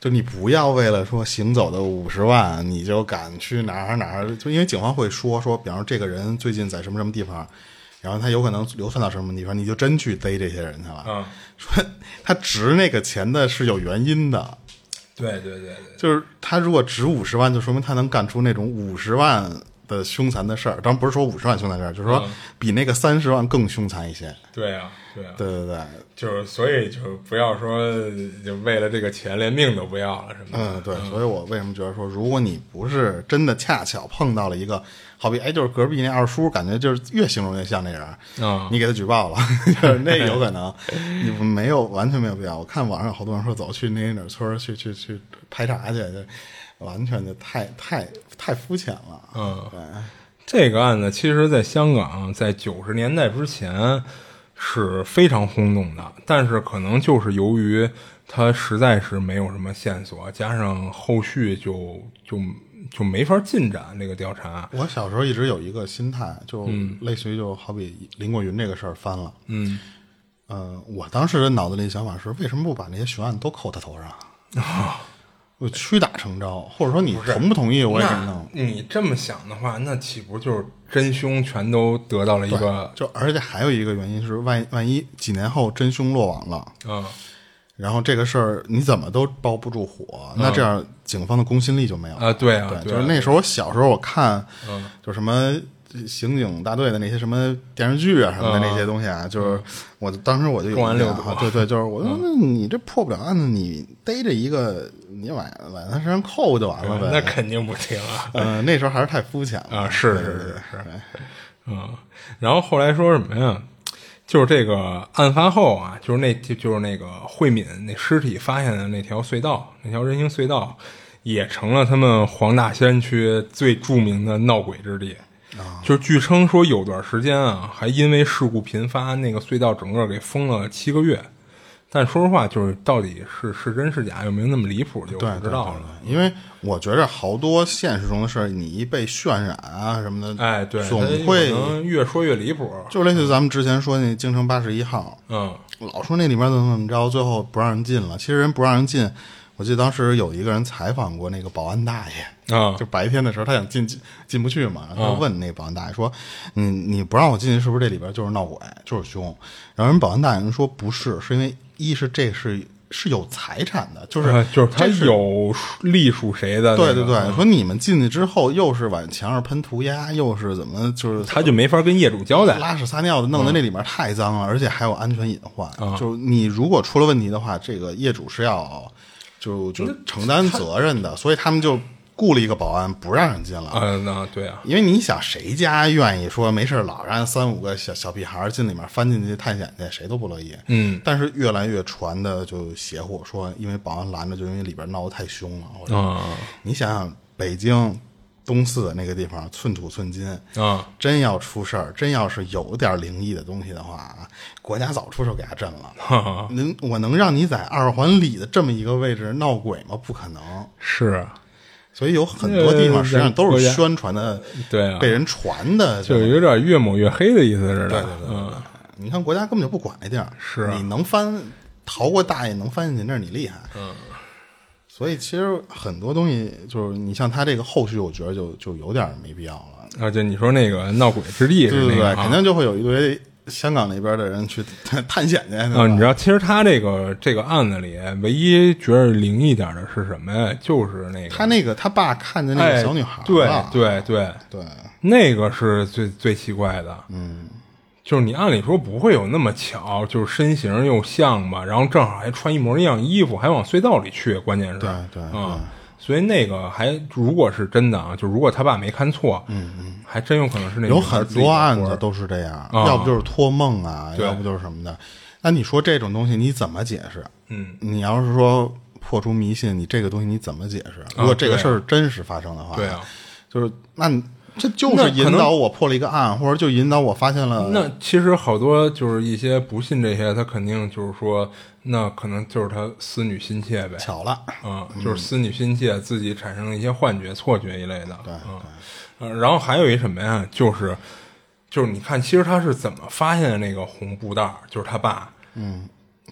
就你不要为了说行走的五十万，你就敢去哪儿哪儿，就因为警方会说说，比方说这个人最近在什么什么地方，然后他有可能流窜到什么地方，你就真去逮这些人去了。 嗯， 说他值那个钱的是有原因的。 对对对对， 就是他如果值五十万，就说明他能干出那种五十万的凶残的事儿。当然不是说五十万凶残的事儿，就是说比那个三十万更凶残一些。 对啊，对啊， 对对对， 就是所以就不要说就为了这个钱连命都不要了什么的。 嗯，对，所以我为什么觉得说，如果你不是真的恰巧碰到了一个，好比哎，就是隔壁那二叔，感觉就是越形容越像那人， 嗯， 你给他举报了，就是那有可能，你没有完全没有必要。我看网上有好多人说走去那哪村去去去排查去，就完全就太太太肤浅了。 嗯， 对。 这个案子其实在香港在九十年代之前是非常轰动的，但是可能就是由于它实在是没有什么线索，加上后续就就就没法进展这个调查。 我小时候一直有一个心态，就类似于就好比林过云这个事儿翻了，嗯，呃，我当时的脑子里想法是，为什么不把那些悬案都扣他头上？啊我屈打成招，或者说你同不同意我也给你弄。 你这么想的话，那岂不就是真凶全都得到了一个？ 就而且还有一个原因是，万万一几年后真凶落网了， 嗯， 然后这个事儿你怎么都包不住火，嗯、那这样警方的公信力就没有了啊。对啊， 对，就是那时候我小时候我看， 嗯， 就什么。刑警大队的那些什么电视剧啊什么的那些东西啊，嗯、就是我当时我就有重案六组， 对对，就是我说、嗯、你这破不了案子，你逮着一个，你往往他身上扣就完了呗。 那肯定不行啊。 嗯、呃，那时候还是太肤浅了啊，是是是是，嗯。然后后来说什么呀？就是这个案发后啊，就是那就是那个慧敏那尸体发现的那条隧道，那条人行隧道，也成了他们黄大仙区最著名的闹鬼之地。就是据称说有段时间啊，还因为事故频发，那个隧道整个给封了七个月。但说实话，就是到底是是真是假，有没有那么离谱，就不知道了。 因为我觉着好多现实中的事儿，你一被渲染啊什么的， 哎，对， 总会越说越离谱。 就类似咱们之前说那京城八十一号， 嗯， 老说那里面怎么怎么着，最后不让人进了。其实人不让人进。我记得当时有一个人采访过那个保安大爷啊， 就白天的时候他想进进不去嘛，他问那个保安大爷说：“你你不让我进去，是不是这里边就是闹鬼，就是凶？”然后人保安大爷人说：“不是，是因为一是这是是有财产的，就是、 啊、就是他有隶属谁的、那个， 对对对。嗯、说你们进去之后，又是往墙上喷涂鸦，又是怎么就是他就没法跟业主交代， 拉屎撒尿的，弄得那里面太脏了，嗯、而且还有安全隐患。 嗯、 就是你如果出了问题的话，这个业主是要。”就就承担责任的，所以他们就雇了一个保安，不让人进了。 嗯，那对啊， 因为你想，谁家愿意说没事老让三五个小小屁孩进里面翻进去探险去，谁都不乐意。 嗯， 但是越来越传的就邪乎，说因为保安拦着，就因为里边闹得太凶了。 嗯， 你想想，北京东四那个地方寸土寸金啊， 真要出事儿，真要是有点灵异的东西的话，国家早出手给他震了。能我能让你在二环里的这么一个位置闹鬼吗？不可能。 是， 所以有很多地方实际上都是宣传的， 对啊， 被人传的， 就有点越抹越黑的意思似的。 对对对对，嗯，你看国家根本就不管那地儿， 是你能翻逃过大爷能翻进去，那是你厉害。 嗯。 所以其实很多东西就是你像他这个后续，我觉得就就有点没必要了。 啊，就你说那个闹鬼之地是那个， 对对对，肯定就会有一堆香港那边的人去探险去。 啊，你知道，其实他这个这个案子里，唯一觉得灵异点的是什么呀？就是那个他那个他爸看见那个小女孩、 哎，对对对对， 那个是最最奇怪的。 嗯。 就是你按理说不会有那么巧，就是身形又像吧，然后正好还穿一模一样衣服，还往隧道里去，关键是对对嗯，所以那个还如果是真的啊，就如果他爸没看错， 嗯嗯， 还真有可能是那有很多案子都是这样， 嗯、 要不就是托梦啊，要不就是什么的。那你说这种东西你怎么解释？ 嗯， 你要是说破除迷信，你这个东西你怎么解释？如果这个事儿真实发生的话， 对啊， 就是那你。这就是引导我破了一个案，或者就引导我发现了。 那其实好多就是一些不信这些，他肯定就是说，那可能就是他思女心切呗。 巧了， 嗯，就是思女心切，自己产生了一些幻觉、错觉一类的。 对， 嗯，呃，然后还有一什么呀？就是就是你看，其实他是怎么发现的那个红布袋？就是他爸， 嗯，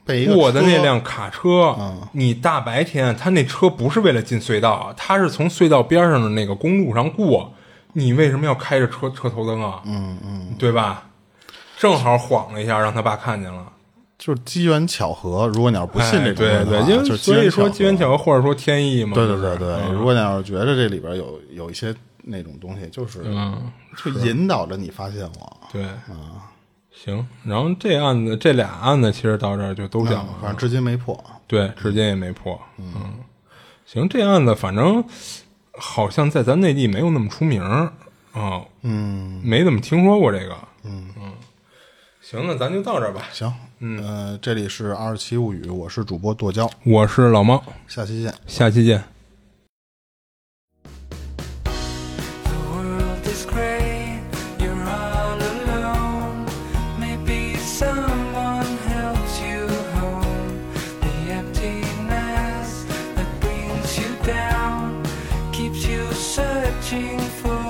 被一个过的那车辆卡车， 嗯你大白天他那车不是为了进隧道，他是从隧道边上的那个公路上过，你为什么要开着车车头灯啊？ 嗯嗯， 对吧？正好晃了一下，让他爸看见了。 就是机缘巧合。如果你要是不信这种哎、对对，因为就是所以说机缘巧合， 合或者说天意嘛。 对对对对。 就是嗯、 如果你要是觉得这里边有有一些那种东西，就是嗯， 就引导着你发现我。 对啊， 行。然后这案子这俩案子其实到这儿就都讲了， 嗯反正至今没破。 对，至今也没破。嗯，行，这案子反正好像在咱内地没有那么出名啊、哦， 嗯， 没怎么听说过这个。 嗯嗯，行，那咱就到这儿吧。 行，嗯呃，这里是二十七物语，我是主播剁椒， 我是老猫， 下期见。 下期见。 Searching for